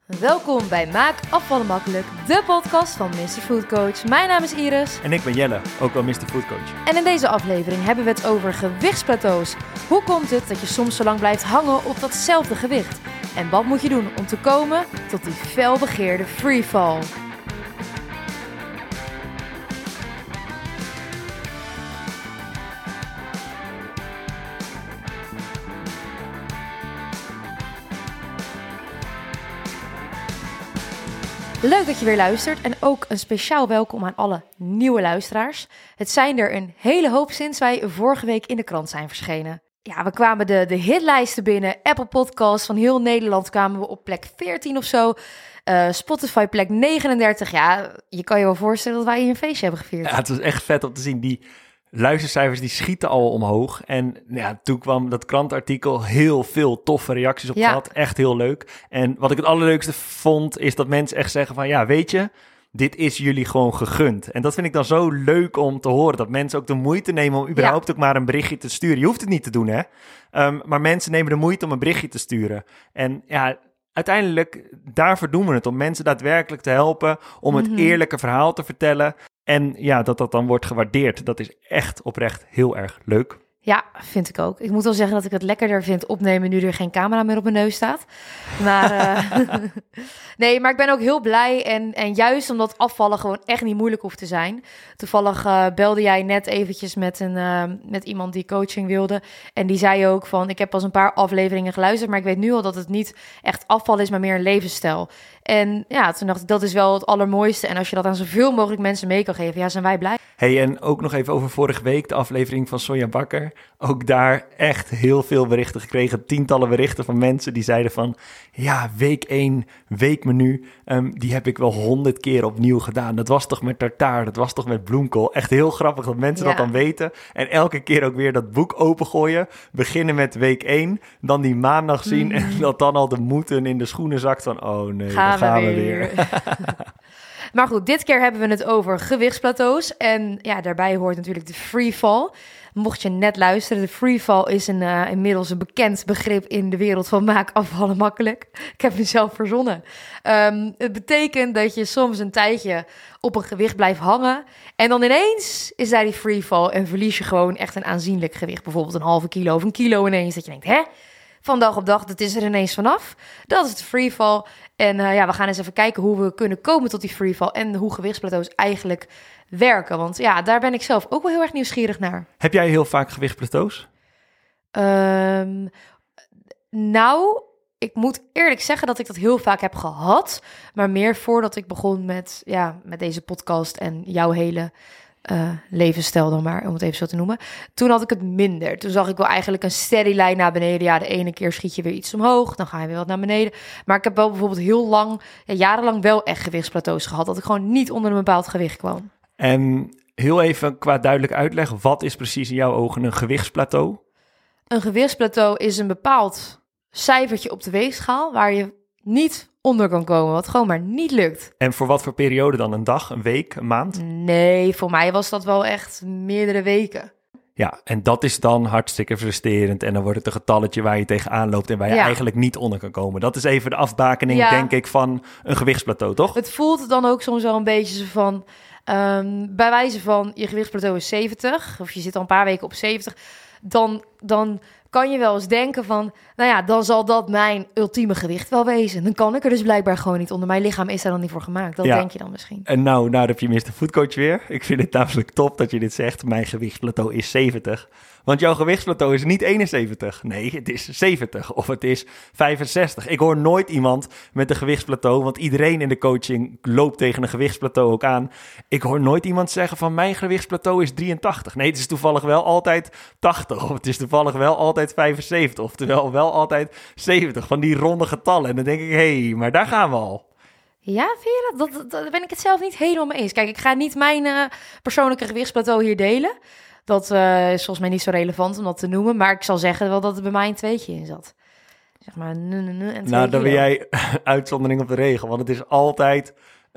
Welkom bij Maak Afvallen Makkelijk, de podcast van Mr. Food Coach. Mijn naam is Iris. En ik ben Jelle, ook wel Mr. Food Coach. En in deze aflevering hebben we het over gewichtsplateaus. Hoe komt het dat je soms zo lang blijft hangen op datzelfde gewicht? En wat moet je doen om te komen tot die felbegeerde freefall? Leuk dat je weer luistert en ook een speciaal welkom aan alle nieuwe luisteraars. Het zijn er een hele hoop sinds wij vorige week in de krant zijn verschenen. Ja, we kwamen de hitlijsten binnen. Apple Podcasts van heel Nederland kwamen we op plek 14 of zo. Spotify plek 39. Ja, je kan je wel voorstellen dat wij hier een feestje hebben gevierd. Ja, het was echt vet om te zien. Die luistercijfers die schieten al omhoog. En ja, toen kwam dat krantartikel, heel veel toffe reacties op gehad. Echt heel leuk. En wat ik het allerleukste vond, is dat mensen echt zeggen van... ja, weet je, dit is jullie gewoon gegund. En dat vind ik dan zo leuk om te horen. Dat mensen ook de moeite nemen om überhaupt ook maar een berichtje te sturen. Je hoeft het niet te doen, hè. Maar mensen nemen de moeite om een berichtje te sturen. En ja... uiteindelijk, daarvoor doen we het. Om mensen daadwerkelijk te helpen. Om het eerlijke verhaal te vertellen. En ja, dat dan wordt gewaardeerd. Dat is echt oprecht heel erg leuk. Ja, vind ik ook. Ik moet wel zeggen dat ik het lekkerder vind opnemen nu er geen camera meer op mijn neus staat. Maar nee, maar ik ben ook heel blij. En juist omdat afvallen gewoon echt niet moeilijk hoeft te zijn. Toevallig belde jij net eventjes met iemand die coaching wilde. En die zei ook van, ik heb pas een paar afleveringen geluisterd, maar ik weet nu al dat het niet echt afvallen is, maar meer een levensstijl. En ja, toen dacht ik, dat is wel het allermooiste. En als je dat aan zoveel mogelijk mensen mee kan geven, ja, zijn wij blij. Hey, en ook nog even over vorige week, de aflevering van Sonja Bakker. Ook daar echt heel veel berichten gekregen. Tientallen berichten van mensen die zeiden van... ja, week 1, weekmenu, die heb ik wel 100 keer opnieuw gedaan. Dat was toch met tartaar, dat was toch met bloemkool. Echt heel grappig dat mensen dat dan weten. En elke keer ook weer dat boek opengooien. Beginnen met week 1, dan die maandag zien... en dat dan al de moeden in de schoenen zakt van... oh nee, dan gaan we weer. Maar goed, dit keer hebben we het over gewichtsplateaus. En ja, daarbij hoort natuurlijk de freefall. Mocht je net luisteren, de freefall is inmiddels een bekend begrip in de wereld van Maak Afvallen Makkelijk. Ik heb hem zelf verzonnen. Het betekent dat je soms een tijdje op een gewicht blijft hangen. En dan ineens is daar die freefall en verlies je gewoon echt een aanzienlijk gewicht. Bijvoorbeeld een halve kilo of een kilo ineens. Dat je denkt, hè? Van dag op dag, dat is er ineens vanaf. Dat is de freefall. En we gaan eens even kijken hoe we kunnen komen tot die freefall en hoe gewichtsplateaus eigenlijk werken. Want ja, daar ben ik zelf ook wel heel erg nieuwsgierig naar. Heb jij heel vaak gewichtsplateaus? Nou, ik moet eerlijk zeggen dat ik dat heel vaak heb gehad. Maar meer voordat ik begon met deze podcast en jouw hele... levensstijl dan maar, om het even zo te noemen. Toen had ik het minder. Toen zag ik wel eigenlijk een steady lijn naar beneden. Ja, de ene keer schiet je weer iets omhoog, dan ga je weer wat naar beneden. Maar ik heb wel bijvoorbeeld heel lang, jarenlang wel echt gewichtsplateaus gehad. Dat ik gewoon niet onder een bepaald gewicht kwam. En heel even qua duidelijk uitleg, wat is precies in jouw ogen een gewichtsplateau? Een gewichtsplateau is een bepaald cijfertje op de weegschaal waar je niet onder kan komen, wat gewoon maar niet lukt. En voor wat voor periode dan? Een dag, een week, een maand? Nee, voor mij was dat wel echt meerdere weken. Ja, en dat is dan hartstikke frustrerend. En dan wordt het een getalletje waar je tegenaan loopt en waar je eigenlijk niet onder kan komen. Dat is even de afbakening, denk ik, van een gewichtsplateau, toch? Het voelt dan ook soms wel een beetje zo van... bij wijze van, je gewichtsplateau is 70, of je zit al een paar weken op 70... Dan kan je wel eens denken van... nou ja, dan zal dat mijn ultieme gewicht wel wezen. Dan kan ik er dus blijkbaar gewoon niet onder. Mijn lichaam is daar dan niet voor gemaakt. Dat denk je dan misschien. En nou heb je Mr. Food Coach weer. Ik vind het namelijk top dat je dit zegt. Mijn gewichtsplateau is 70. Want jouw gewichtsplateau is niet 71. Nee, het is 70 of het is 65. Ik hoor nooit iemand met een gewichtsplateau... want iedereen in de coaching loopt tegen een gewichtsplateau ook aan. Ik hoor nooit iemand zeggen van mijn gewichtsplateau is 83. Nee, het is toevallig wel altijd 80. Of het is toevallig wel altijd 75. Oftewel wel altijd 70 van die ronde getallen. En dan denk ik, hé, maar daar gaan we al. Ja, vind je dat? Daar ben ik het zelf niet helemaal mee eens. Kijk, ik ga niet mijn persoonlijke gewichtsplateau hier delen... Dat is volgens mij niet zo relevant om dat te noemen. Maar ik zal zeggen wel dat er bij mij een tweetje in zat. Zeg maar, en 2 Nou, dan ben jij uitzondering op de regel. Want het is altijd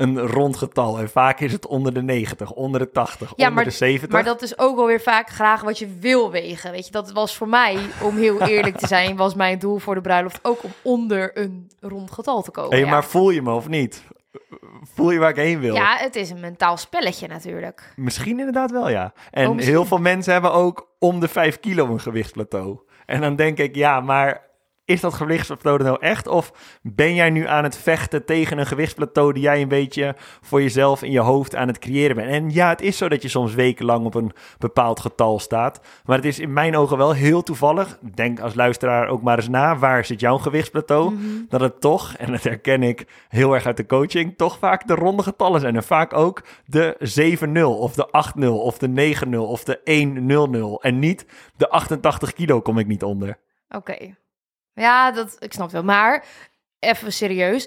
een rond getal. En vaak is het onder de 90, onder de 80, onder de 70. Maar dat is ook wel weer vaak graag wat je wil wegen. Weet je, dat was voor mij, om heel eerlijk te zijn, was mijn doel voor de bruiloft ook om onder een rond getal te komen. Hey, maar voel je me of niet? Voel je waar ik heen wil? Ja, het is een mentaal spelletje natuurlijk. Misschien inderdaad wel, ja. En heel veel mensen hebben ook om de 5 kilo een gewichtsplateau. En dan denk ik, ja, maar is dat gewichtsplateau er nou echt? Of ben jij nu aan het vechten tegen een gewichtsplateau die jij een beetje voor jezelf in je hoofd aan het creëren bent? En ja, het is zo dat je soms wekenlang op een bepaald getal staat. Maar het is in mijn ogen wel heel toevallig. Denk als luisteraar ook maar eens na, waar zit jouw gewichtsplateau? Mm-hmm. Dat het toch, en dat herken ik heel erg uit de coaching, toch vaak de ronde getallen zijn. En vaak ook de 7-0 of de 8-0 of de 9-0 of de 1-0-0. En niet de 88 kilo kom ik niet onder. Oké. Ja, ik snap het wel. Maar even serieus.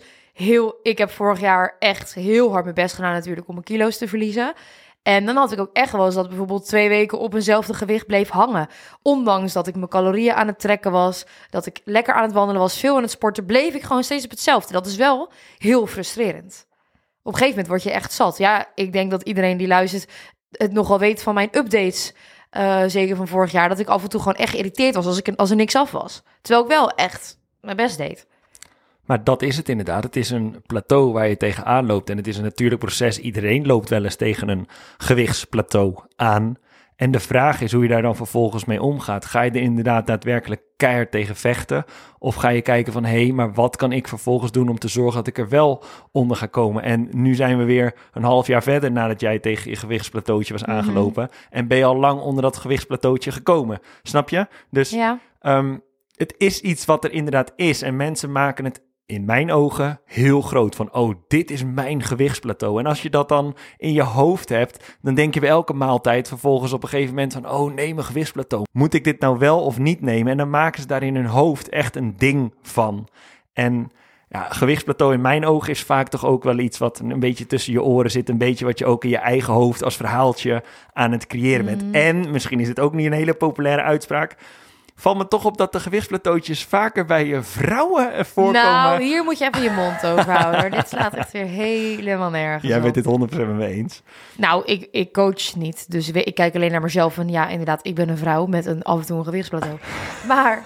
Ik heb vorig jaar echt heel hard mijn best gedaan natuurlijk om mijn kilo's te verliezen. En dan had ik ook echt wel eens dat bijvoorbeeld 2 weken op eenzelfde gewicht bleef hangen. Ondanks dat ik mijn calorieën aan het trekken was, dat ik lekker aan het wandelen was, veel aan het sporten, bleef ik gewoon steeds op hetzelfde. Dat is wel heel frustrerend. Op een gegeven moment word je echt zat. Ja, ik denk dat iedereen die luistert het nogal weet van mijn updates. Zeker van vorig jaar, dat ik af en toe gewoon echt geïrriteerd was als er niks af was. Terwijl ik wel echt mijn best deed. Maar dat is het inderdaad. Het is een plateau waar je tegenaan loopt. En het is een natuurlijk proces. Iedereen loopt wel eens tegen een gewichtsplateau aan. En de vraag is hoe je daar dan vervolgens mee omgaat. Ga je er inderdaad daadwerkelijk keihard tegen vechten? Of ga je kijken van, hé, maar wat kan ik vervolgens doen om te zorgen dat ik er wel onder ga komen? En nu zijn we weer een half jaar verder nadat jij tegen je gewichtsplateautje was aangelopen. Mm-hmm. En ben je al lang onder dat gewichtsplateautje gekomen. Snap je? Dus ja. Het is iets wat er inderdaad is. En mensen maken het in mijn ogen heel groot van, oh, dit is mijn gewichtsplateau. En als je dat dan in je hoofd hebt, dan denk je bij elke maaltijd vervolgens op een gegeven moment van, oh nee, mijn gewichtsplateau. Moet ik dit nou wel of niet nemen? En dan maken ze daar in hun hoofd echt een ding van. En ja, gewichtsplateau in mijn ogen is vaak toch ook wel iets wat een beetje tussen je oren zit. Een beetje wat je ook in je eigen hoofd als verhaaltje aan het creëren bent. En misschien is het ook niet een hele populaire uitspraak, valt me toch op dat de gewichtsplateautjes vaker bij vrouwen voorkomen. Nou, hier moet je even je mond over houden. Dit slaat echt weer helemaal nergens Jij op. bent dit 100% met me eens. Nou, ik coach niet. Dus ik kijk alleen naar mezelf. En ja, inderdaad, ik ben een vrouw met af en toe een gewichtsplateau. Maar,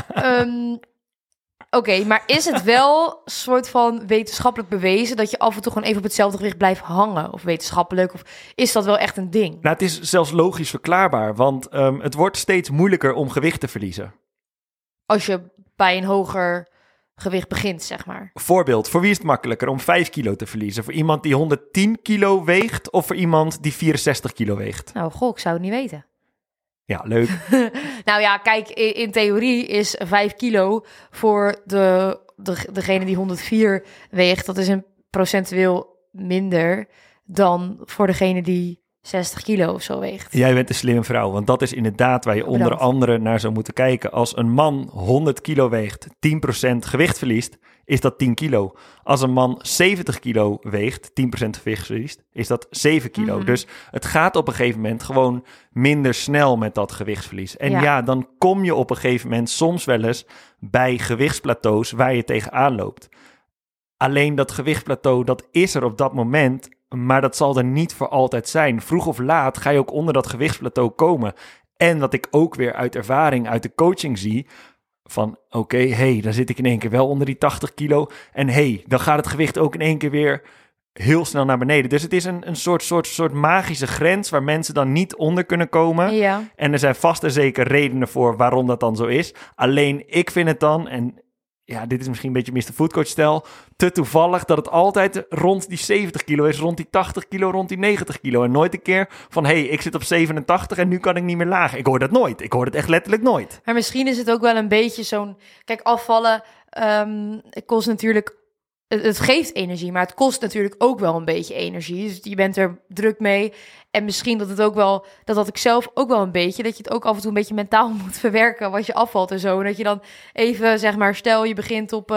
oké, maar is het wel een soort van wetenschappelijk bewezen dat je af en toe gewoon even op hetzelfde gewicht blijft hangen? Of wetenschappelijk? Of is dat wel echt een ding? Nou, het is zelfs logisch verklaarbaar, want het wordt steeds moeilijker om gewicht te verliezen. Als je bij een hoger gewicht begint, zeg maar. Voorbeeld, voor wie is het makkelijker om 5 kilo te verliezen? Voor iemand die 110 kilo weegt of voor iemand die 64 kilo weegt? Nou, goh, ik zou het niet weten. Ja, leuk. Nou ja, kijk, in theorie is 5 kilo voor degene die 104 weegt, dat is een procentueel minder dan voor degene die 60 kilo of zo weegt. Jij bent een slimme vrouw, want dat is inderdaad waar je onder andere naar zou moeten kijken. Als een man 100 kilo weegt, 10% gewicht verliest, is dat 10 kilo. Als een man 70 kilo weegt, 10% gewicht verliest, is dat 7 kilo. Mm-hmm. Dus het gaat op een gegeven moment gewoon minder snel met dat gewichtsverlies. En ja, dan kom je op een gegeven moment soms wel eens bij gewichtsplateaus waar je tegenaan loopt. Alleen dat gewichtsplateau, dat is er op dat moment, maar dat zal er niet voor altijd zijn. Vroeg of laat ga je ook onder dat gewichtsplateau komen. En wat ik ook weer uit ervaring, uit de coaching zie, van oké, dan zit ik in één keer wel onder die 80 kilo. En dan gaat het gewicht ook in één keer weer heel snel naar beneden. Dus het is een soort magische grens waar mensen dan niet onder kunnen komen. Ja. En er zijn vast en zeker redenen voor waarom dat dan zo is. Alleen ik vind het dan, en ja, dit is misschien een beetje Mr. Foodcoach-stijl, te toevallig dat het altijd rond die 70 kilo is, rond die 80 kilo, rond die 90 kilo. En nooit een keer van, ik zit op 87 en nu kan ik niet meer lager. Ik hoor dat nooit. Ik hoor het echt letterlijk nooit. Maar misschien is het ook wel een beetje zo'n, kijk, afvallen kost natuurlijk, het geeft energie, maar het kost natuurlijk ook wel een beetje energie. Dus je bent er druk mee. En misschien dat het ook wel, dat had ik zelf ook wel een beetje, dat je het ook af en toe een beetje mentaal moet verwerken wat je afvalt en zo. En dat je dan even, zeg maar, stel je begint op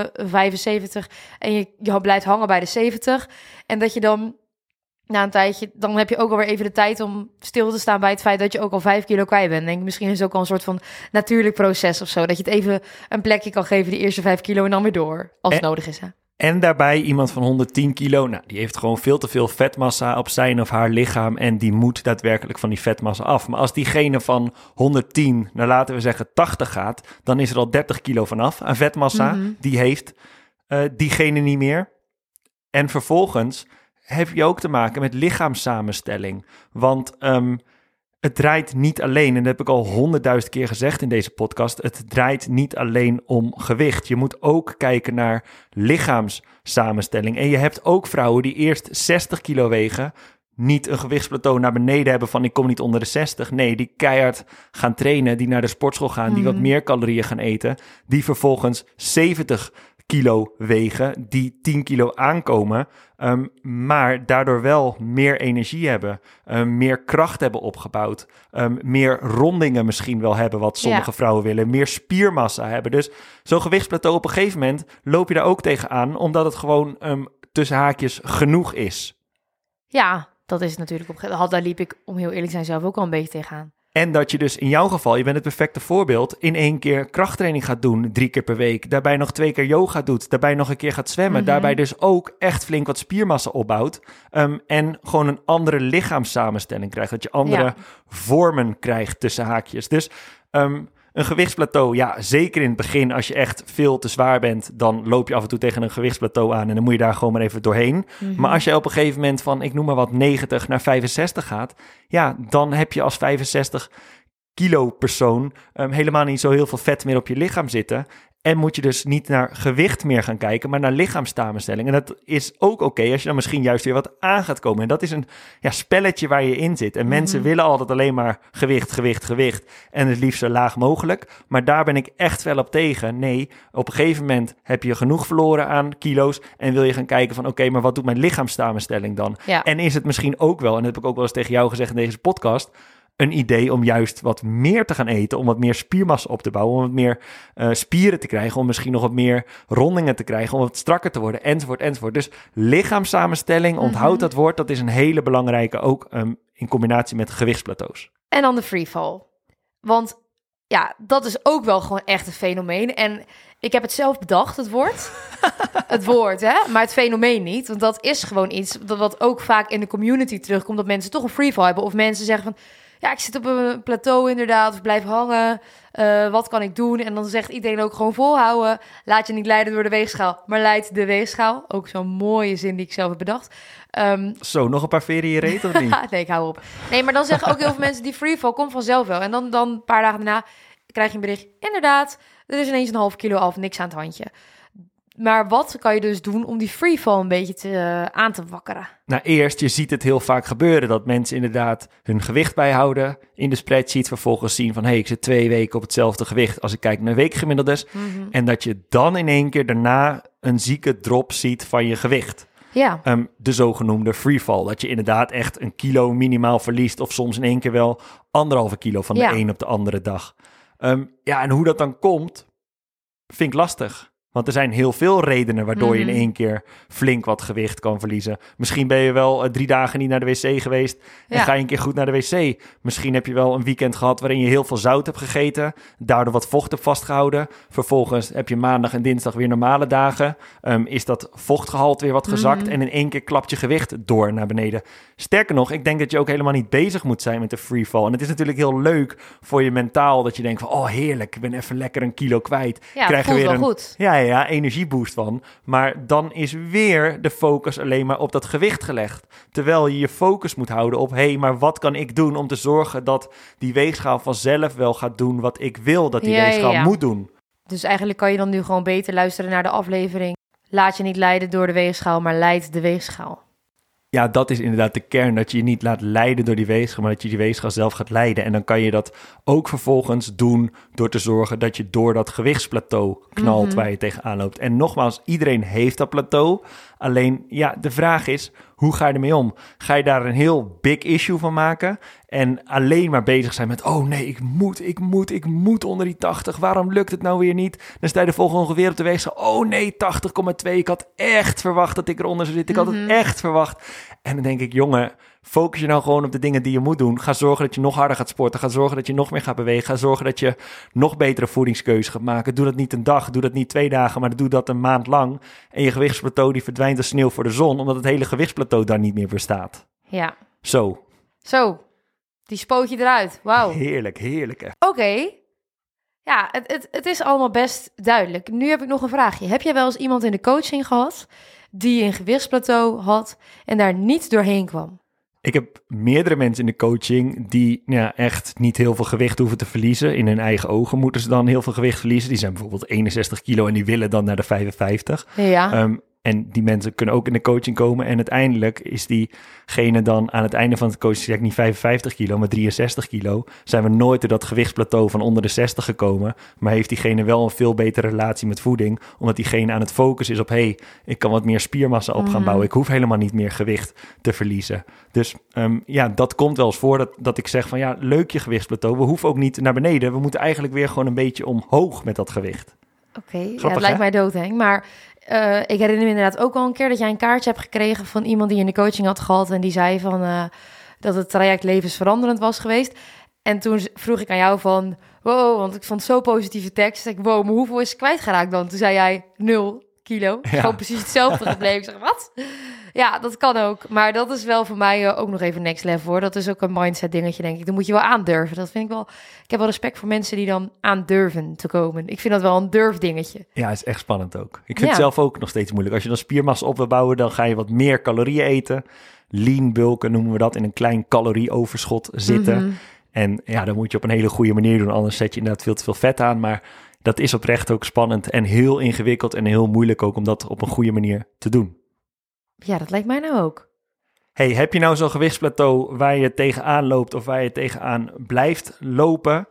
75 en je blijft hangen bij de 70. En dat je dan na een tijdje, dan heb je ook alweer even de tijd om stil te staan bij het feit dat je ook al 5 kilo kwijt bent. Denk, misschien is het ook al een soort van natuurlijk proces of zo. Dat je het even een plekje kan geven, die eerste 5 kilo en dan weer door, als het nodig is. Hè? En daarbij iemand van 110 kilo, nou, die heeft gewoon veel te veel vetmassa op zijn of haar lichaam en die moet daadwerkelijk van die vetmassa af. Maar als diegene van 110 naar laten we zeggen 80 gaat, dan is er al 30 kilo vanaf aan vetmassa. Die heeft diegene niet meer. En vervolgens heb je ook te maken met lichaamssamenstelling. Want het draait niet alleen, en dat heb ik al 100.000 keer gezegd in deze podcast, het draait niet alleen om gewicht. Je moet ook kijken naar lichaamssamenstelling. En je hebt ook vrouwen die eerst 60 kilo wegen, niet een gewichtsplateau naar beneden hebben van ik kom niet onder de 60. Nee, die keihard gaan trainen, die naar de sportschool gaan, die wat meer calorieën gaan eten, die vervolgens 70 kilo wegen, die 10 kilo aankomen, maar daardoor wel meer energie hebben, meer kracht hebben opgebouwd, meer rondingen misschien wel hebben, wat sommige vrouwen willen, meer spiermassa hebben. Dus zo'n gewichtsplateau op een gegeven moment loop je daar ook tegenaan, omdat het gewoon tussen haakjes genoeg is. Ja, dat is natuurlijk daar liep ik, om heel eerlijk te zijn, zelf ook al een beetje tegenaan. En dat je dus in jouw geval, je bent het perfecte voorbeeld, in 1 keer krachttraining gaat doen, 3 keer per week. Daarbij nog 2 keer yoga doet. Daarbij nog een keer gaat zwemmen. Daarbij dus ook echt flink wat spiermassa opbouwt. En gewoon een andere lichaamssamenstelling krijgt. Dat je andere vormen krijgt tussen haakjes. Dus een gewichtsplateau, ja, zeker in het begin, als je echt veel te zwaar bent, dan loop je af en toe tegen een gewichtsplateau aan en dan moet je daar gewoon maar even doorheen. Maar als je op een gegeven moment van, ik noem maar wat, 90 naar 65 gaat, ja, dan heb je als 65 kilo persoon helemaal niet zo heel veel vet meer op je lichaam zitten. En moet je dus niet naar gewicht meer gaan kijken, maar naar lichaamssamenstelling. En dat is ook oké als je dan misschien juist weer wat aan gaat komen. En dat is een spelletje waar je in zit. En mensen willen altijd alleen maar gewicht. En het liefst zo laag mogelijk. Maar daar ben ik echt wel op tegen. Nee, op een gegeven moment heb je genoeg verloren aan kilo's. En wil je gaan kijken van oké, maar wat doet mijn lichaamssamenstelling dan? Ja. En is het misschien ook wel, en dat heb ik ook wel eens tegen jou gezegd in deze podcast, een idee om juist wat meer te gaan eten, om wat meer spiermassa op te bouwen, om wat meer spieren te krijgen, om misschien nog wat meer rondingen te krijgen, om wat strakker te worden, enzovoort. Dus lichaamssamenstelling, onthoud dat woord, dat is een hele belangrijke, ook in combinatie met gewichtsplateaus. En dan de freefall. Want ja, dat is ook wel gewoon echt een fenomeen. En ik heb het zelf bedacht, het woord. Het woord, hè? Maar het fenomeen niet. Want dat is gewoon iets wat ook vaak in de community terugkomt, dat mensen toch een freefall hebben. Of mensen zeggen van, ja, ik zit op een plateau inderdaad, of blijf hangen. Wat kan ik doen? En dan zegt iedereen ook gewoon volhouden. Laat je niet leiden door de weegschaal, maar leid de weegschaal. Ook zo'n mooie zin die ik zelf heb bedacht. Zo, nog een paar veren in je reet of niet? Nee, ik hou op. Nee, maar dan zeggen ook heel veel mensen, die freefall komt vanzelf wel. En dan een paar dagen daarna krijg je een bericht. Inderdaad, er is ineens 1,5 kilo af, niks aan het handje. Maar wat kan je dus doen om die freefall een beetje aan te wakkeren? Nou, eerst, je ziet het heel vaak gebeuren dat mensen inderdaad hun gewicht bijhouden in de spreadsheet, vervolgens zien van, ik zit 2 weken op hetzelfde gewicht als ik kijk naar weekgemiddeldes. En dat je dan in 1 keer daarna een zieke drop ziet van je gewicht. Ja. De zogenoemde freefall. Dat je inderdaad echt 1 kilo minimaal verliest, of soms in 1 keer wel 1,5 kilo van de een op de andere dag. En hoe dat dan komt, vind ik lastig. Want er zijn heel veel redenen waardoor je in 1 keer flink wat gewicht kan verliezen. Misschien ben je wel 3 dagen niet naar de wc geweest en ga je een keer goed naar de wc. Misschien heb je wel een weekend gehad waarin je heel veel zout hebt gegeten, daardoor wat vocht hebt vastgehouden. Vervolgens heb je maandag en dinsdag weer normale dagen. Is dat vochtgehalte weer wat gezakt en in 1 keer klapt je gewicht door naar beneden. Sterker nog, ik denk dat je ook helemaal niet bezig moet zijn met de freefall. En het is natuurlijk heel leuk voor je mentaal dat je denkt van, oh heerlijk, ik ben even lekker 1 kilo kwijt. Ja, het voelt wel goed. Ja, energieboost van. Maar dan is weer de focus alleen maar op dat gewicht gelegd. Terwijl je je focus moet houden op, maar wat kan ik doen om te zorgen dat die weegschaal vanzelf wel gaat doen wat ik wil dat die weegschaal moet doen. Dus eigenlijk kan je dan nu gewoon beter luisteren naar de aflevering. Laat je niet leiden door de weegschaal, maar leid de weegschaal. Ja, dat is inderdaad de kern, dat je je niet laat leiden door die weegschaal, maar dat je die weegschaal zelf gaat leiden. En dan kan je dat ook vervolgens doen door te zorgen dat je door dat gewichtsplateau knalt waar je tegenaan loopt. En nogmaals, iedereen heeft dat plateau. Alleen, de vraag is, hoe ga je ermee om? Ga je daar een heel big issue van maken en alleen maar bezig zijn met, oh nee, ik moet onder die 80. Waarom lukt het nou weer niet? Dan sta je de volgende weer op de weegschaal. Oh nee, 80,2. Ik had echt verwacht dat ik eronder zou zitten. Ik had het echt verwacht. En dan denk ik, jongen, focus je nou gewoon op de dingen die je moet doen. Ga zorgen dat je nog harder gaat sporten. Ga zorgen dat je nog meer gaat bewegen. Ga zorgen dat je nog betere voedingskeuzes gaat maken. Doe dat niet een dag, doe dat niet 2 dagen, maar doe dat een maand lang. En je gewichtsplateau die verdwijnt als sneeuw voor de zon, omdat het hele gewichtsplateau daar niet meer bestaat. Ja. Zo, die spoot je eruit. Wauw. heerlijk, heerlijk. Hè? Oké. Ja, het is allemaal best duidelijk. Nu heb ik nog een vraagje. Heb jij wel eens iemand in de coaching gehad die een gewichtsplateau had en daar niet doorheen kwam? Ik heb meerdere mensen in de coaching die echt niet heel veel gewicht hoeven te verliezen. In hun eigen ogen moeten ze dan heel veel gewicht verliezen. Die zijn bijvoorbeeld 61 kilo en die willen dan naar de 55. Ja. En die mensen kunnen ook in de coaching komen. En uiteindelijk is diegene dan aan het einde van het coachingstraject niet 55 kilo, maar 63 kilo. Zijn we nooit door dat gewichtsplateau van onder de 60 gekomen. Maar heeft diegene wel een veel betere relatie met voeding. Omdat diegene aan het focussen is op, ik kan wat meer spiermassa op gaan bouwen. Ik hoef helemaal niet meer gewicht te verliezen. Dus dat komt wel eens voor dat ik zeg van leuk je gewichtsplateau. We hoeven ook niet naar beneden. We moeten eigenlijk weer gewoon een beetje omhoog met dat gewicht. Oké, het lijkt mij doodeng. Maar ik herinner me inderdaad ook al een keer dat jij een kaartje hebt gekregen van iemand die in de coaching had gehad. En die zei van dat het traject levensveranderend was geweest. En toen vroeg ik aan jou van, wow, want ik vond zo'n positieve tekst. Ik wow, maar hoeveel is ze kwijtgeraakt dan? Toen zei jij 0 kilo. Ja. Gewoon precies hetzelfde gebleven. Ik zeg, wat? Ja, dat kan ook. Maar dat is wel voor mij ook nog even next level, hoor. Dat is ook een mindset dingetje, denk ik. Dan moet je wel aandurven. Dat vind ik wel. Ik heb wel respect voor mensen die dan aandurven te komen. Ik vind dat wel een durfdingetje. Ja, het is echt spannend ook. Ik vind het zelf ook nog steeds moeilijk. Als je dan spiermassa op wil bouwen, dan ga je wat meer calorieën eten. Lean bulken noemen we dat, in een klein calorieoverschot zitten. Mm-hmm. En dan moet je op een hele goede manier doen. Anders zet je inderdaad veel te veel vet aan. Maar dat is oprecht ook spannend en heel ingewikkeld en heel moeilijk ook om dat op een goede manier te doen. Ja, dat lijkt mij nou ook. Heb je nou zo'n gewichtsplateau waar je tegenaan loopt of waar je tegenaan blijft lopen?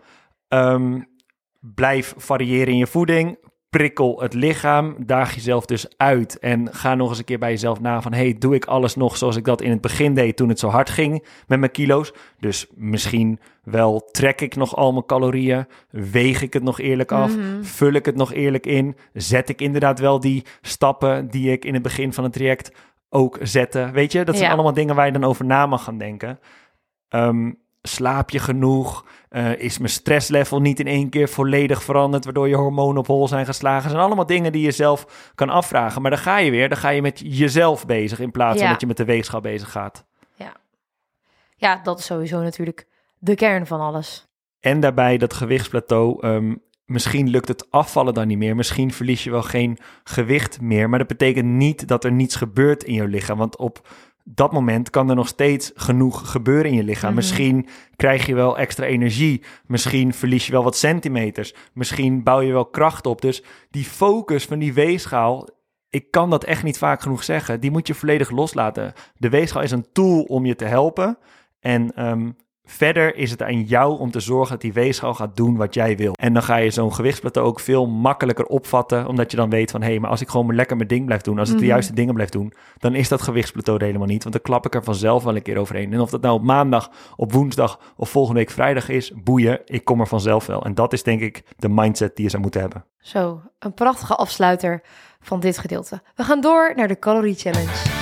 Blijf variëren in je voeding. Prikkel het lichaam. Daag jezelf dus uit. En ga nog eens een keer bij jezelf na van, doe ik alles nog zoals ik dat in het begin deed toen het zo hard ging met mijn kilo's? Dus misschien wel trek ik nog al mijn calorieën? Weeg ik het nog eerlijk af? Mm-hmm. Vul ik het nog eerlijk in? Zet ik inderdaad wel die stappen die ik in het begin van het traject ook zetten? Weet je, dat zijn allemaal dingen waar je dan over na mag gaan denken. Slaap je genoeg? Is mijn stresslevel niet in één keer volledig veranderd, waardoor je hormonen op hol zijn geslagen? Dat zijn allemaal dingen die je zelf kan afvragen. Maar dan ga je met jezelf bezig in plaats van dat je met de weegschaal bezig gaat. Ja, dat is sowieso natuurlijk de kern van alles. En daarbij dat gewichtsplateau. Misschien lukt het afvallen dan niet meer. Misschien verlies je wel geen gewicht meer. Maar dat betekent niet dat er niets gebeurt in je lichaam. Want op dat moment kan er nog steeds genoeg gebeuren in je lichaam. Mm-hmm. Misschien krijg je wel extra energie. Misschien verlies je wel wat centimeters. Misschien bouw je wel kracht op. Dus die focus van die weegschaal, ik kan dat echt niet vaak genoeg zeggen. Die moet je volledig loslaten. De weegschaal is een tool om je te helpen. En verder is het aan jou om te zorgen dat die weegschaal gaat doen wat jij wil. En dan ga je zo'n gewichtsplateau ook veel makkelijker opvatten, omdat je dan weet van, maar als ik gewoon lekker mijn ding blijf doen, als ik de juiste dingen blijf doen, dan is dat gewichtsplateau er helemaal niet, want dan klap ik er vanzelf wel een keer overheen. En of dat nou op maandag, op woensdag of volgende week vrijdag is, boeien, ik kom er vanzelf wel. En dat is denk ik de mindset die je zou moeten hebben. Zo, een prachtige afsluiter van dit gedeelte. We gaan door naar de Calorie Challenge.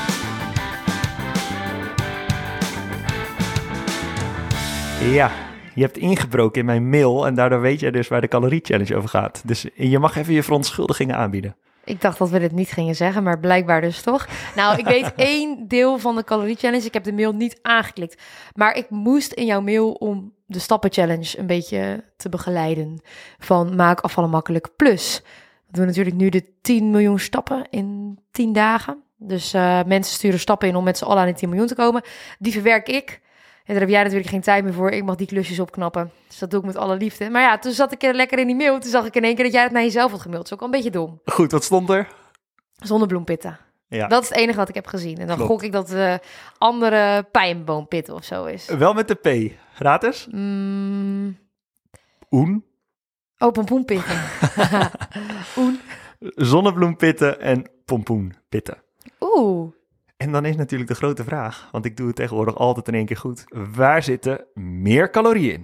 Ja, je hebt ingebroken in mijn mail en daardoor weet jij dus waar de Calorie Challenge over gaat. Dus je mag even je verontschuldigingen aanbieden. Ik dacht dat we dit niet gingen zeggen, maar blijkbaar dus toch. Nou, ik weet 1 deel van de Calorie Challenge. Ik heb de mail niet aangeklikt. Maar ik moest in jouw mail om de stappen challenge een beetje te begeleiden. Van maak afvallen makkelijk plus. We doen natuurlijk nu de 10 miljoen stappen in 10 dagen. Dus mensen sturen stappen in om met z'n allen aan die 10 miljoen te komen. Die verwerk ik. En daar heb jij natuurlijk geen tijd meer voor. Ik mag die klusjes opknappen. Dus dat doe ik met alle liefde. Maar ja, toen zat ik lekker in die mail. Toen zag ik in één keer dat jij het naar jezelf had gemaild. Dat is ook wel een beetje dom. Goed, wat stond er? Zonnebloempitten. Ja. Dat is het enige wat ik heb gezien. En dan gok ik dat de andere pijnboompitten of zo is. Wel met de P. Gratis? Oen? Oh, pompoenpitten. Oen. Zonnebloempitten en pompoenpitten. Oeh. En dan is natuurlijk de grote vraag, want ik doe het tegenwoordig altijd in één keer goed. Waar zitten meer calorieën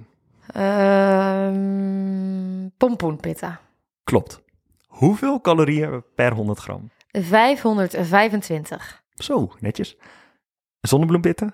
in? Pompoenpitten. Klopt. Hoeveel calorieën per 100 gram? 525. Zo, netjes. Zonnebloempitten?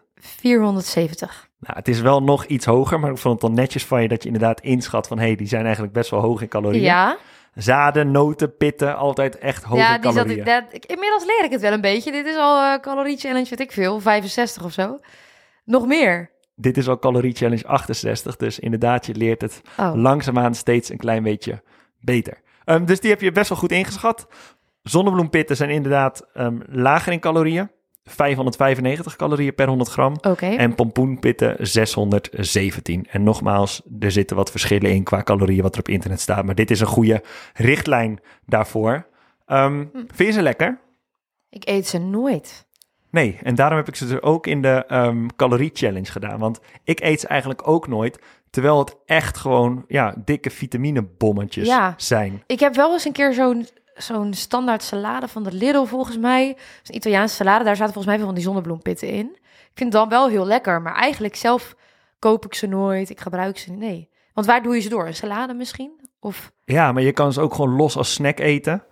470. Nou, het is wel nog iets hoger, maar ik vond het dan netjes van je dat je inderdaad inschat van, die zijn eigenlijk best wel hoog in calorieën. Ja. Zaden, noten, pitten, altijd echt hoog in calorieën. Inmiddels leer ik het wel een beetje. Dit is al calorie challenge, weet ik veel, 65 of zo. Nog meer. Dit is al calorie challenge 68, dus inderdaad, je leert het langzaamaan steeds een klein beetje beter. Dus die heb je best wel goed ingeschat. Zonnebloempitten zijn inderdaad lager in calorieën. 595 calorieën per 100 gram. Okay. En pompoenpitten 617. En nogmaals, er zitten wat verschillen in qua calorieën wat er op internet staat. Maar dit is een goede richtlijn daarvoor. Vind je ze lekker? Ik eet ze nooit. Nee, en daarom heb ik ze dus ook in de calorie challenge gedaan. Want ik eet ze eigenlijk ook nooit. Terwijl het echt gewoon dikke vitaminebommetjes zijn. Ik heb wel eens een keer zo'n standaard salade van de Lidl volgens mij. Dat is een Italiaanse salade. Daar zaten volgens mij veel van die zonnebloempitten in. Ik vind het dan wel heel lekker. Maar eigenlijk zelf koop ik ze nooit. Ik gebruik ze nee. Want waar doe je ze door? Een salade misschien? Of... Ja, maar je kan ze ook gewoon los als snack eten.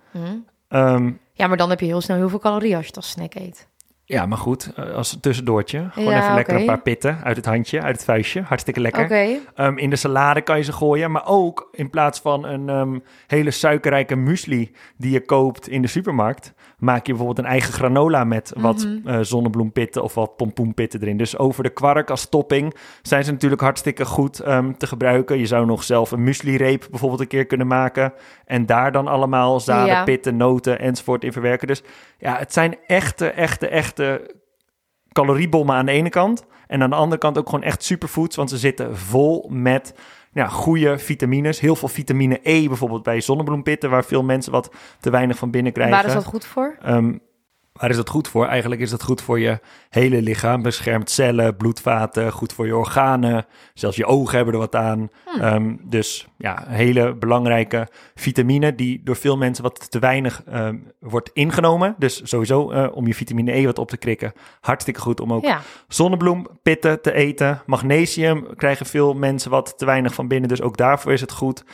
Ja, maar dan heb je heel snel heel veel calorieën als je het als snack eet. Ja, maar goed, als tussendoortje. Gewoon even lekker een paar pitten uit het handje, uit het vuistje. Hartstikke lekker. In de salade kan je ze gooien. Maar ook in plaats van een hele suikerrijke muesli die je koopt in de supermarkt, maak je bijvoorbeeld een eigen granola met wat zonnebloempitten of wat pompoenpitten erin. Dus over de kwark als topping zijn ze natuurlijk hartstikke goed te gebruiken. Je zou nog zelf een muesli-reep bijvoorbeeld een keer kunnen maken. En daar dan allemaal zaden, pitten, noten enzovoort in verwerken. Dus ja, het zijn echte caloriebommen aan de ene kant. En aan de andere kant ook gewoon echt superfoods. Want ze zitten vol met goede vitamines. Heel veel vitamine E bijvoorbeeld bij zonnebloempitten, waar veel mensen wat te weinig van binnen krijgen. Waar is dat goed voor? Waar is dat goed voor? Eigenlijk is dat goed voor je hele lichaam. Beschermt cellen, bloedvaten, goed voor je organen. Zelfs je ogen hebben er wat aan. Dus hele belangrijke vitamine die door veel mensen wat te weinig wordt ingenomen. Dus sowieso om je vitamine E wat op te krikken. Hartstikke goed om ook zonnebloempitten te eten. Magnesium krijgen veel mensen wat te weinig van binnen. Dus ook daarvoor is het goed.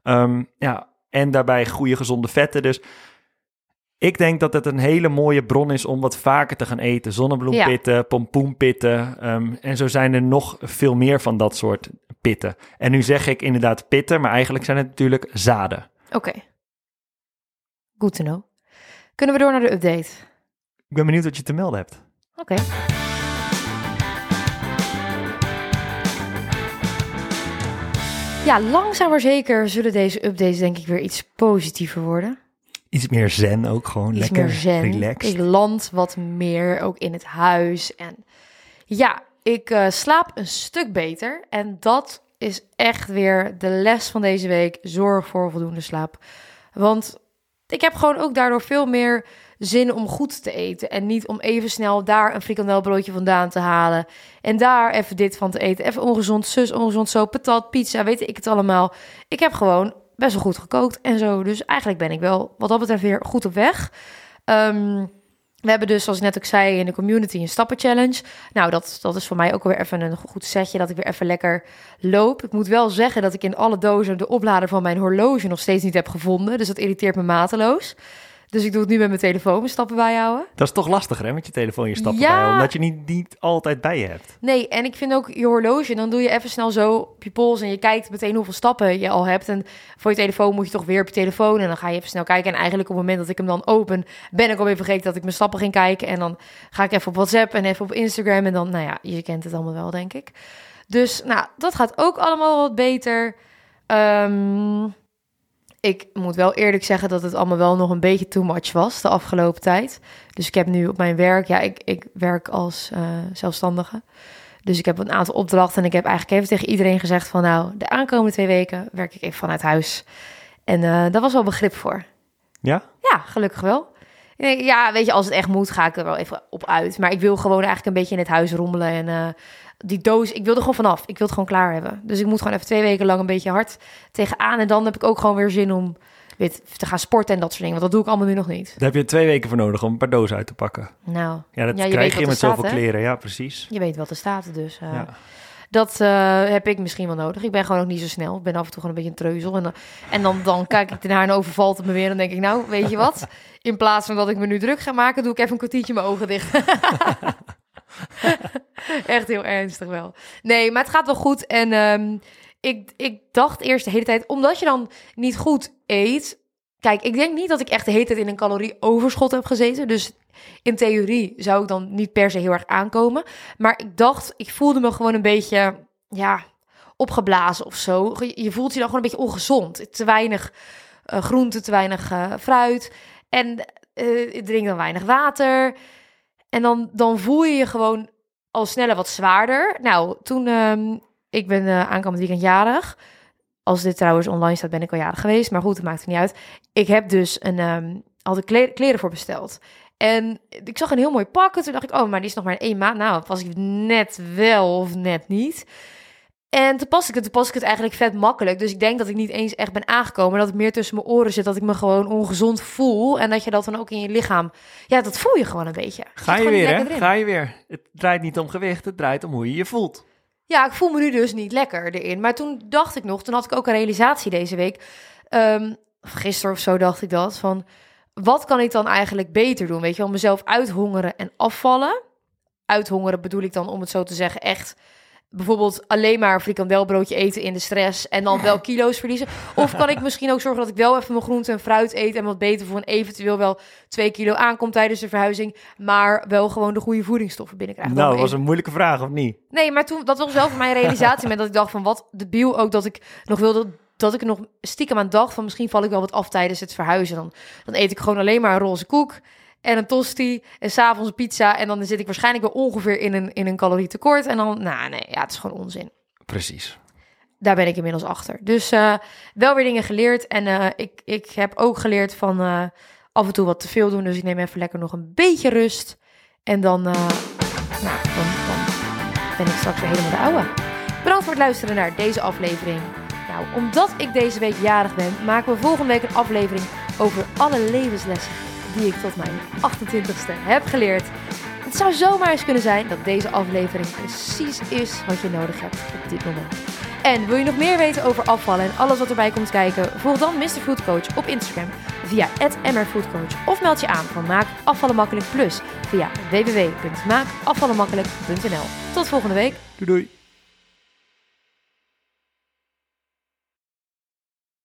En daarbij goede gezonde vetten. Dus ik denk dat het een hele mooie bron is om wat vaker te gaan eten. Zonnebloempitten, pompoenpitten. En zo zijn er nog veel meer van dat soort pitten. En nu zeg ik inderdaad pitten, maar eigenlijk zijn het natuurlijk zaden. Oké. Good to know. Kunnen we door naar de update? Ik ben benieuwd wat je te melden hebt. Oké. Ja, langzaam maar zeker zullen deze updates denk ik weer iets positiever worden. Iets meer zen ook, gewoon iets lekker relaxed. Ik land wat meer ook in het huis. En ja, ik slaap een stuk beter. En dat is echt weer de les van deze week. Zorg voor voldoende slaap. Want ik heb gewoon ook daardoor veel meer zin om goed te eten. En niet om even snel daar een frikandelbroodje vandaan te halen. En daar even dit van te eten. Even ongezond zus, ongezond zo, patat, pizza, weet ik het allemaal. Ik heb gewoon best wel goed gekookt en zo. Dus eigenlijk ben ik wel wat dat betreft weer goed op weg. We hebben dus, zoals ik net ook zei, in de community een stappenchallenge. Nou, dat is voor mij ook weer even een goed setje, dat ik weer even lekker loop. Ik moet wel zeggen dat ik in alle dozen de oplader van mijn horloge nog steeds niet heb gevonden. Dus dat irriteert me mateloos. Dus ik doe het nu met mijn telefoon, mijn stappen bijhouden. Dat is toch lastiger, hè, met je telefoon je stappen bijhouden, omdat je niet altijd bij je hebt. Nee, en ik vind ook je horloge, dan doe je even snel zo op je pols en je kijkt meteen hoeveel stappen je al hebt. En voor je telefoon moet je toch weer op je telefoon en dan ga je even snel kijken. En eigenlijk op het moment dat ik hem dan open, ben ik alweer vergeten dat ik mijn stappen ging kijken. En dan ga ik even op WhatsApp en even op Instagram en dan, nou ja, je kent het allemaal wel, denk ik. Dus, nou, dat gaat ook allemaal wat beter. Ik moet wel eerlijk zeggen dat het allemaal wel nog een beetje too much was de afgelopen tijd. Dus ik heb nu op mijn werk, ik werk als zelfstandige. Dus ik heb een aantal opdrachten en ik heb eigenlijk even tegen iedereen gezegd van nou, de aankomende 2 weken werk ik even vanuit huis. En daar was wel begrip voor. Ja? Ja, gelukkig wel. Ja, weet je, als het echt moet ga ik er wel even op uit. Maar ik wil gewoon eigenlijk een beetje in het huis rommelen en die doos, ik wil er gewoon vanaf. Ik wil het gewoon klaar hebben. Dus ik moet gewoon even 2 weken lang een beetje hard tegenaan. En dan heb ik ook gewoon weer zin om te gaan sporten en dat soort dingen. Want dat doe ik allemaal nu nog niet. Daar heb je 2 weken voor nodig om een paar dozen uit te pakken. Nou, ja, dat krijg je met zoveel kleren. Ja, precies. Je weet wat er staat, dus dat heb ik misschien wel nodig. Ik ben gewoon ook niet zo snel. Ik ben af en toe gewoon een beetje een treuzel. En dan kijk ik ernaar en overvalt het me weer. En dan denk ik, nou, weet je wat? In plaats van dat ik me nu druk ga maken, doe ik even een kwartiertje mijn ogen dicht. Echt heel ernstig wel. Nee, maar het gaat wel goed. En ik dacht eerst de hele tijd, omdat je dan niet goed eet. Kijk, ik denk niet dat ik echt de hele tijd in een calorieoverschot heb gezeten. Dus in theorie zou ik dan niet per se heel erg aankomen. Maar ik voelde me gewoon een beetje, opgeblazen of zo. Je voelt je dan gewoon een beetje ongezond. Te weinig groente, te weinig fruit. En ik drink dan weinig water. En dan voel je je gewoon al sneller wat zwaarder. Nou, toen, ik ben aankomend weekend jarig. Als dit trouwens online staat, ben ik al jarig geweest. Maar goed, het maakt er niet uit. Ik heb dus al de kleren voor besteld. En ik zag een heel mooi pak. Toen dacht ik, maar die is nog maar 1 maand. Nou, dat was ik net wel of net niet. En toen pas ik het eigenlijk vet makkelijk. Dus ik denk dat ik niet eens echt ben aangekomen. Dat het meer tussen mijn oren zit. Dat ik me gewoon ongezond voel. En dat je dat dan ook in je lichaam... Ja, dat voel je gewoon een beetje. Ga je weer. Het draait niet om gewicht. Het draait om hoe je je voelt. Ja, ik voel me nu dus niet lekker erin. Maar toen dacht ik nog... Toen had ik ook een realisatie deze week. Gisteren of zo dacht ik dat. Van, wat kan ik dan eigenlijk beter doen? Weet je wel, mezelf uithongeren en afvallen. Uithongeren bedoel ik dan, om het zo te zeggen, echt... Bijvoorbeeld alleen maar een frikandelbroodje eten in de stress en dan wel kilo's verliezen. Of kan ik misschien ook zorgen dat ik wel even mijn groente en fruit eet en wat beter voor een eventueel wel 2 kilo aankomt tijdens de verhuizing, maar wel gewoon de goede voedingsstoffen binnenkrijgen. Nou, dat was een moeilijke vraag, of niet? Nee, maar toen, dat was wel voor mijn realisatie met dat ik dacht van wat debiel ook dat ik nog wilde, dat ik er nog stiekem aan dacht van misschien val ik wel wat af tijdens het verhuizen. Dan eet ik gewoon alleen maar een roze koek en een tosti en 's avonds een pizza. En dan zit ik waarschijnlijk wel ongeveer in een calorietekort. En dan, het is gewoon onzin. Precies. Daar ben ik inmiddels achter. Dus wel weer dingen geleerd. En ik heb ook geleerd van af en toe wat te veel doen. Dus ik neem even lekker nog een beetje rust. En dan ben ik straks weer helemaal de oude. Bedankt voor het luisteren naar deze aflevering. Nou, omdat ik deze week jarig ben, maken we volgende week een aflevering over alle levenslessen die ik tot mijn 28ste heb geleerd. Het zou zomaar eens kunnen zijn dat deze aflevering precies is wat je nodig hebt op dit moment. En wil je nog meer weten over afvallen en alles wat erbij komt kijken? Volg dan Mr. Food Coach op Instagram via @mrfoodcoach of meld je aan voor Maak Afvallen Makkelijk Plus via www.maakafvallenmakkelijk.nl. Tot volgende week. Doei doei.